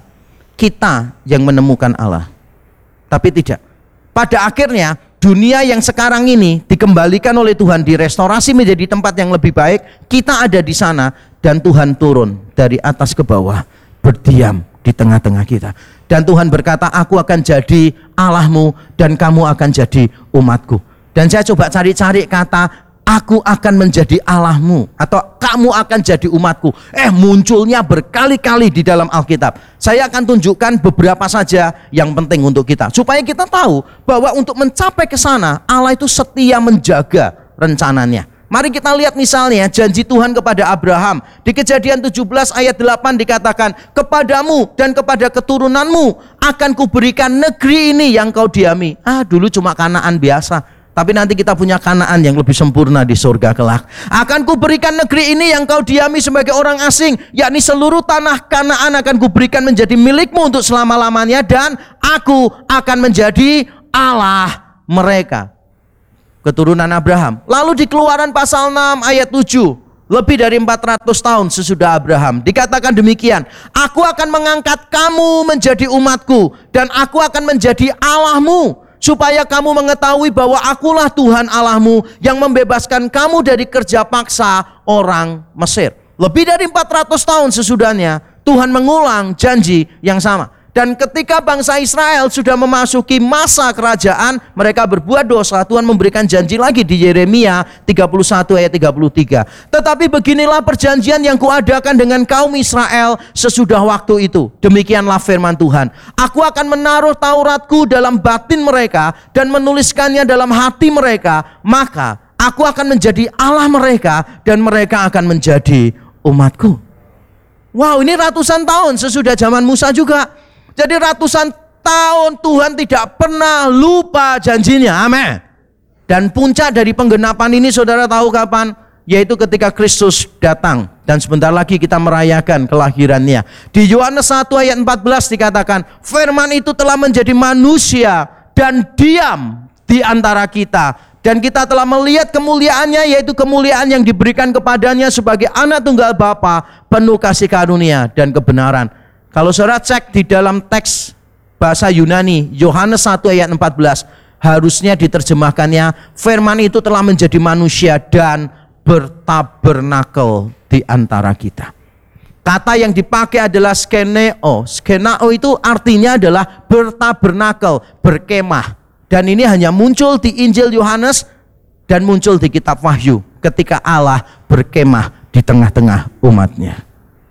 kita yang menemukan Allah. Tapi tidak. Pada akhirnya dunia yang sekarang ini dikembalikan oleh Tuhan, direstorasi menjadi tempat yang lebih baik. Kita ada di sana dan Tuhan turun dari atas ke bawah, berdiam di tengah-tengah kita. Dan Tuhan berkata, aku akan jadi Allahmu dan kamu akan jadi umatku. Dan saya coba cari-cari kata aku akan menjadi Allahmu atau kamu akan jadi umatku. Munculnya berkali-kali di dalam Alkitab. Saya akan tunjukkan beberapa saja yang penting untuk kita, supaya kita tahu bahwa untuk mencapai ke sana Allah itu setia menjaga rencananya. Mari kita lihat misalnya janji Tuhan kepada Abraham. Di Kejadian 17 ayat 8 dikatakan, kepadamu dan kepada keturunanmu akan kuberikan negeri ini yang kau diami. Dulu cuma Kanaan biasa, tapi nanti kita punya Kanaan yang lebih sempurna di surga kelak. Akan kuberikan negeri ini yang kau diami sebagai orang asing, yakni seluruh tanah Kanaan akan kuberikan menjadi milikmu untuk selama-lamanya, dan aku akan menjadi Allah mereka. Keturunan Abraham. Lalu di Keluaran pasal 6 ayat 7, lebih dari 400 tahun sesudah Abraham, dikatakan demikian, aku akan mengangkat kamu menjadi umatku dan aku akan menjadi Allahmu, supaya kamu mengetahui bahwa akulah Tuhan Allahmu yang membebaskan kamu dari kerja paksa orang Mesir. Lebih dari 400 tahun sesudahnya Tuhan mengulang janji yang sama. Dan ketika bangsa Israel sudah memasuki masa kerajaan, mereka berbuat dosa, Tuhan memberikan janji lagi di Yeremia 31 ayat 33. Tetapi beginilah perjanjian yang kuadakan dengan kaum Israel sesudah waktu itu. Demikianlah firman Tuhan. Aku akan menaruh Tauratku dalam batin mereka dan menuliskannya dalam hati mereka. Maka aku akan menjadi Allah mereka dan mereka akan menjadi umatku. Wow, ini ratusan tahun sesudah zaman Musa juga. Jadi ratusan tahun Tuhan tidak pernah lupa janjinya. Amin. Dan puncak dari penggenapan ini saudara tahu kapan? Yaitu ketika Kristus datang. Dan sebentar lagi kita merayakan kelahirannya. Di Yohanes 1 ayat 14 dikatakan, firman itu telah menjadi manusia dan diam di antara kita. Dan kita telah melihat kemuliaannya, yaitu kemuliaan yang diberikan kepadanya sebagai anak tunggal Bapa, penuh kasih karunia dan kebenaran. Kalau saudara cek di dalam teks bahasa Yunani Yohanes 1 ayat 14, harusnya diterjemahkannya firman itu telah menjadi manusia dan bertabernakel di antara kita. Kata yang dipakai adalah skeneo. Skenao itu artinya adalah bertabernakel, berkemah. Dan ini hanya muncul di Injil Yohanes dan muncul di kitab Wahyu ketika Allah berkemah di tengah-tengah umatnya.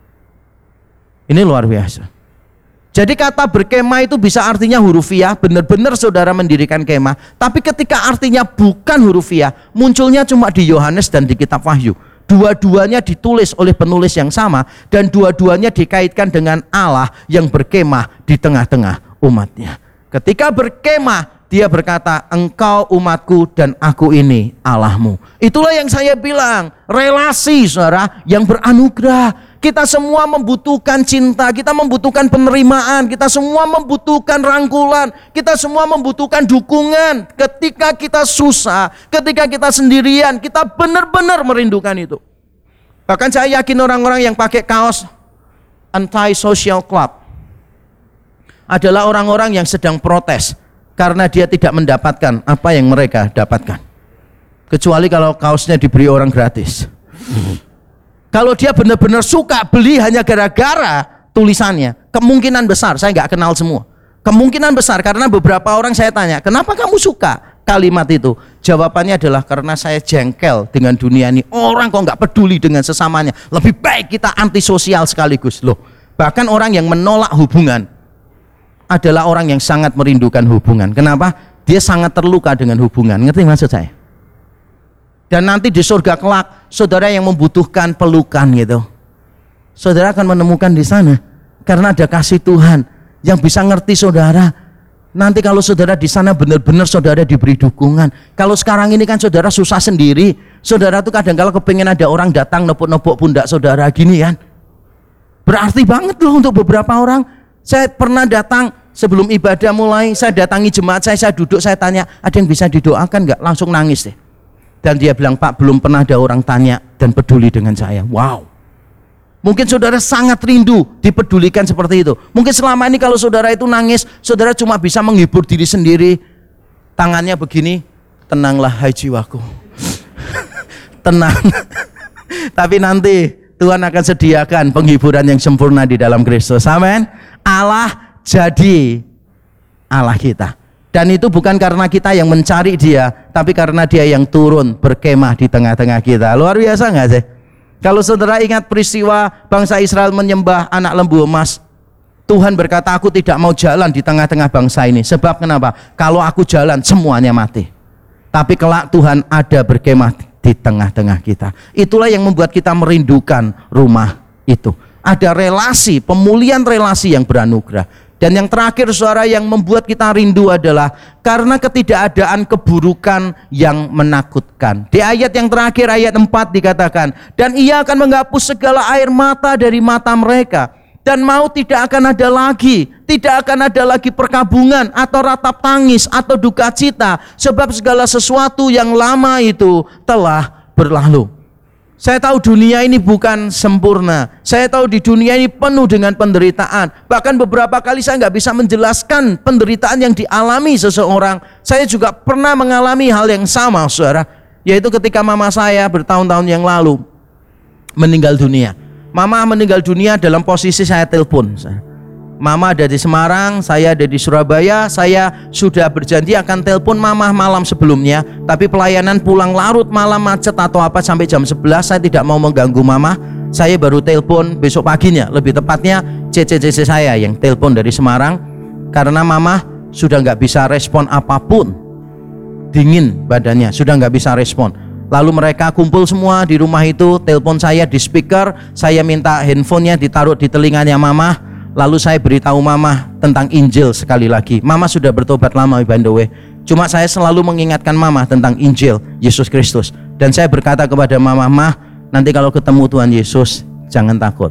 Ini luar biasa. Jadi kata berkemah itu bisa artinya hurufiah, benar-benar saudara mendirikan kemah. Tapi ketika artinya bukan hurufiah, munculnya cuma di Yohanes dan di kitab Wahyu. Dua-duanya ditulis oleh penulis yang sama, dan dua-duanya dikaitkan dengan Allah yang berkemah di tengah-tengah umatnya. Ketika berkemah, dia berkata, engkau umatku dan aku ini Allahmu. Itulah yang saya bilang, relasi saudara yang beranugerah. Kita semua membutuhkan cinta, kita membutuhkan penerimaan, kita semua membutuhkan rangkulan, kita semua membutuhkan dukungan. Ketika kita susah, ketika kita sendirian, kita benar-benar merindukan itu. Bahkan saya yakin orang-orang yang pakai kaos anti-social club, adalah orang-orang yang sedang protes karena dia tidak mendapatkan apa yang mereka dapatkan. Kecuali kalau kaosnya diberi orang gratis. Kalau dia benar-benar suka beli hanya gara-gara tulisannya, kemungkinan besar, saya nggak kenal semua, kemungkinan besar karena beberapa orang saya tanya, kenapa kamu suka kalimat itu? Jawabannya adalah karena saya jengkel dengan dunia ini. Orang kok nggak peduli dengan sesamanya, lebih baik kita antisosial sekaligus. Loh, bahkan orang yang menolak hubungan adalah orang yang sangat merindukan hubungan. Kenapa? Dia sangat terluka dengan hubungan. Ngerti maksud saya? Dan nanti di surga kelak, saudara yang membutuhkan pelukan gitu, saudara akan menemukan di sana, karena ada kasih Tuhan yang bisa ngerti saudara. Nanti kalau saudara di sana benar-benar saudara diberi dukungan. Kalau sekarang ini kan saudara susah sendiri, saudara tuh kadang-kala kepengen ada orang datang nepuk-nepuk pundak saudara gini kan. Berarti banget loh untuk beberapa orang. Saya pernah datang sebelum ibadah mulai, saya datangi jemaat saya duduk, saya tanya, ada yang bisa didoakan nggak? Langsung nangis deh. Dan dia bilang, Pak, belum pernah ada orang tanya dan peduli dengan saya. Wow. Mungkin saudara sangat rindu dipedulikan seperti itu. Mungkin selama ini kalau saudara itu nangis, saudara cuma bisa menghibur diri sendiri. Tangannya begini, tenanglah hai jiwaku. Tenang. Tapi nanti Tuhan akan sediakan penghiburan yang sempurna di dalam Kristus. Amin. Allah jadi Allah kita. Dan itu bukan karena kita yang mencari dia, tapi karena dia yang turun berkemah di tengah-tengah kita. Luar biasa nggak sih? Kalau saudara ingat peristiwa bangsa Israel menyembah anak lembu emas, Tuhan berkata, aku tidak mau jalan di tengah-tengah bangsa ini. Sebab kenapa? Kalau aku jalan semuanya mati. Tapi kelak Tuhan ada berkemah di tengah-tengah kita. Itulah yang membuat kita merindukan rumah itu. Ada relasi, pemulihan relasi yang beranugerah. Dan yang terakhir, saudara, yang membuat kita rindu adalah karena ketidakadaan keburukan yang menakutkan. Di ayat yang terakhir, ayat 4 dikatakan, dan ia akan menghapus segala air mata dari mata mereka, dan maut tidak akan ada lagi, tidak akan ada lagi perkabungan atau ratap tangis atau duka cita, sebab segala sesuatu yang lama itu telah berlalu. Saya tahu dunia ini bukan sempurna. Saya tahu di dunia ini penuh dengan penderitaan. Bahkan beberapa kali saya nggak bisa menjelaskan penderitaan yang dialami seseorang. Saya juga pernah mengalami hal yang sama, saudara. Yaitu ketika mama saya bertahun-tahun yang lalu meninggal dunia. Mama meninggal dunia dalam posisi saya telepon. Mama ada di Semarang, saya ada di Surabaya. Saya sudah berjanji akan telepon mama malam sebelumnya, tapi pelayanan pulang larut malam, macet atau apa sampai jam 11. Saya tidak mau mengganggu mama. Saya baru telepon besok paginya, lebih tepatnya CC saya yang telepon dari Semarang, karena mama sudah nggak bisa respon apapun, dingin badannya, sudah nggak bisa respon. Lalu mereka kumpul semua di rumah itu, telepon saya di speaker, saya minta handphonenya ditaruh di telinganya mama. Lalu saya beritahu mama tentang Injil sekali lagi. Mama sudah bertobat lama, by the way. Cuma saya selalu mengingatkan mama tentang Injil Yesus Kristus. Dan saya berkata kepada mama, "Ma, nanti kalau ketemu Tuhan Yesus, jangan takut.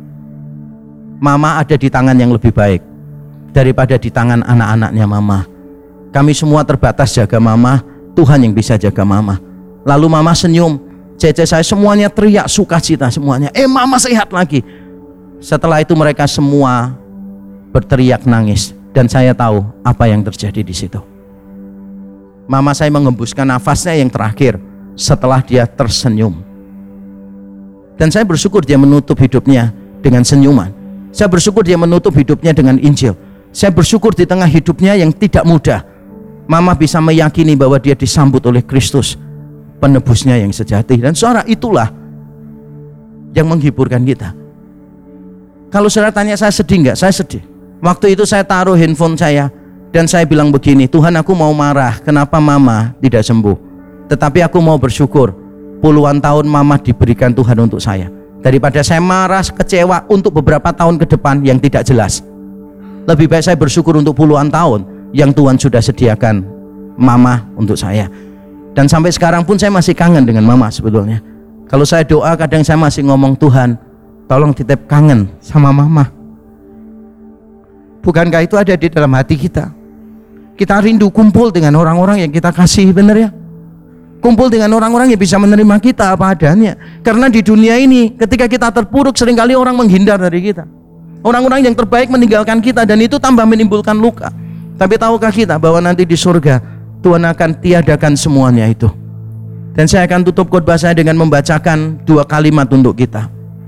Mama ada di tangan yang lebih baik daripada di tangan anak-anaknya mama. Kami semua terbatas jaga mama, Tuhan yang bisa jaga mama." Lalu mama senyum. Cece saya semuanya teriak sukacita semuanya. Mama sehat lagi. Setelah itu mereka semua berteriak nangis, dan saya tahu apa yang terjadi di situ. Mama saya mengembuskan nafasnya yang terakhir setelah dia tersenyum. Dan saya bersyukur dia menutup hidupnya dengan senyuman. Saya bersyukur dia menutup hidupnya dengan Injil. Saya bersyukur di tengah hidupnya yang tidak mudah, mama bisa meyakini bahwa dia disambut oleh Kristus, penebusnya yang sejati. Dan saudara, itulah yang menghiburkan kita. Kalau saudara tanya saya sedih nggak? Saya sedih. Waktu itu saya taruh handphone saya dan saya bilang begini, Tuhan, aku mau marah kenapa mama tidak sembuh. Tetapi aku mau bersyukur puluhan tahun mama diberikan Tuhan untuk saya. Daripada saya marah, kecewa untuk beberapa tahun ke depan yang tidak jelas. Lebih baik saya bersyukur untuk puluhan tahun yang Tuhan sudah sediakan mama untuk saya. Dan sampai sekarang pun saya masih kangen dengan mama sebetulnya. Kalau saya doa kadang saya masih ngomong, Tuhan, tolong titip kangen sama mama. Bukankah itu ada di dalam hati kita? Kita rindu kumpul dengan orang-orang yang kita kasih, benar ya? Kumpul dengan orang-orang yang bisa menerima kita apa adanya. Karena di dunia ini ketika kita terpuruk, seringkali orang menghindar dari kita. Orang-orang yang terbaik meninggalkan kita dan itu tambah menimbulkan luka. Tapi tahukah kita bahwa nanti di surga Tuhan akan tiadakan semuanya itu. Dan saya akan tutup khotbah saya dengan membacakan 2 kalimat untuk kita.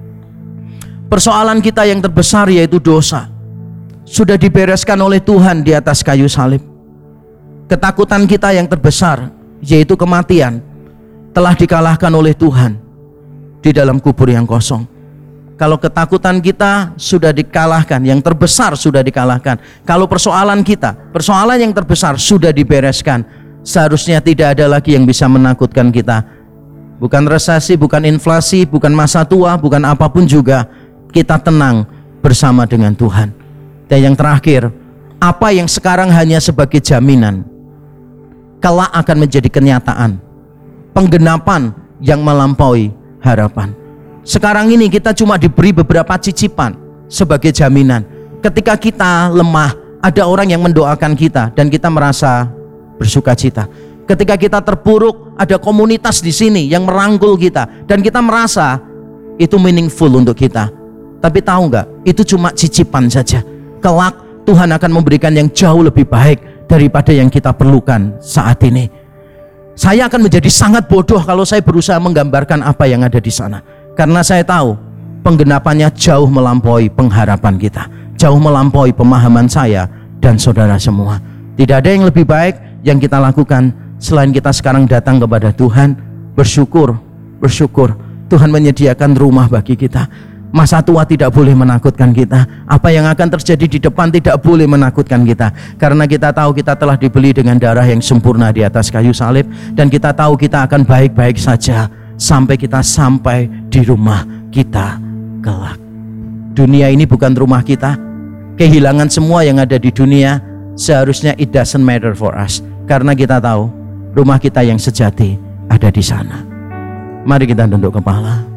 Persoalan kita yang terbesar yaitu dosa sudah dibereskan oleh Tuhan di atas kayu salib. Ketakutan kita yang terbesar yaitu kematian telah dikalahkan oleh Tuhan di dalam kubur yang kosong. Kalau ketakutan kita sudah dikalahkan, yang terbesar sudah dikalahkan. Kalau persoalan kita, persoalan yang terbesar sudah dibereskan, seharusnya tidak ada lagi yang bisa menakutkan kita. Bukan resesi, bukan inflasi, bukan masa tua, bukan apapun juga. Kita tenang bersama dengan Tuhan. Dan yang terakhir, apa yang sekarang hanya sebagai jaminan, kelak akan menjadi kenyataan. Penggenapan yang melampaui harapan. Sekarang ini kita cuma diberi beberapa cicipan sebagai jaminan. Ketika kita lemah, ada orang yang mendoakan kita dan kita merasa bersuka cita. Ketika kita terpuruk, ada komunitas di sini yang merangkul kita dan kita merasa itu meaningful untuk kita. Tapi tahu nggak? Itu cuma cicipan saja. Kelak Tuhan akan memberikan yang jauh lebih baik daripada yang kita perlukan saat ini. Saya akan menjadi sangat bodoh kalau saya berusaha menggambarkan apa yang ada di sana. Karena saya tahu penggenapannya jauh melampaui pengharapan kita, jauh melampaui pemahaman saya dan saudara semua. Tidak ada yang lebih baik yang kita lakukan selain kita sekarang datang kepada Tuhan, bersyukur. Tuhan menyediakan rumah bagi kita. Masa tua tidak boleh menakutkan kita. Apa yang akan terjadi di depan tidak boleh menakutkan kita. Karena kita tahu kita telah dibeli dengan darah yang sempurna di atas kayu salib. Dan kita tahu kita akan baik-baik saja sampai kita sampai di rumah kita kelak. Dunia ini bukan rumah kita. Kehilangan semua yang ada di dunia, seharusnya it doesn't matter for us. Karena kita tahu rumah kita yang sejati ada di sana. Mari kita tunduk kepala.